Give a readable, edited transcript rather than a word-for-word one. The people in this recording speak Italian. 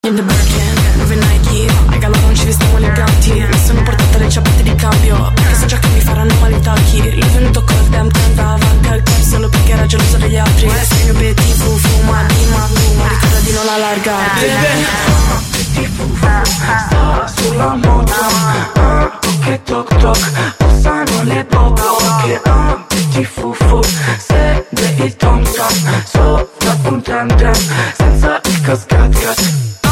In the Birkin, 9 Nike, ai gala non ci vestiamo eleganti. Mi sono portata le ciabatte di cambio, perché so già che mi faranno male i tacchi. Lui è venuto col damn canta avanti al club solo perché era geloso degli altri. Ora sei il mio obiettivo, fuma di ma ricorda di non allargarti. Sto sulla moto, che toc toc, passano le poco, che ti fufu, segue il tom tom, sopra un tram tram, senza il cascat cat.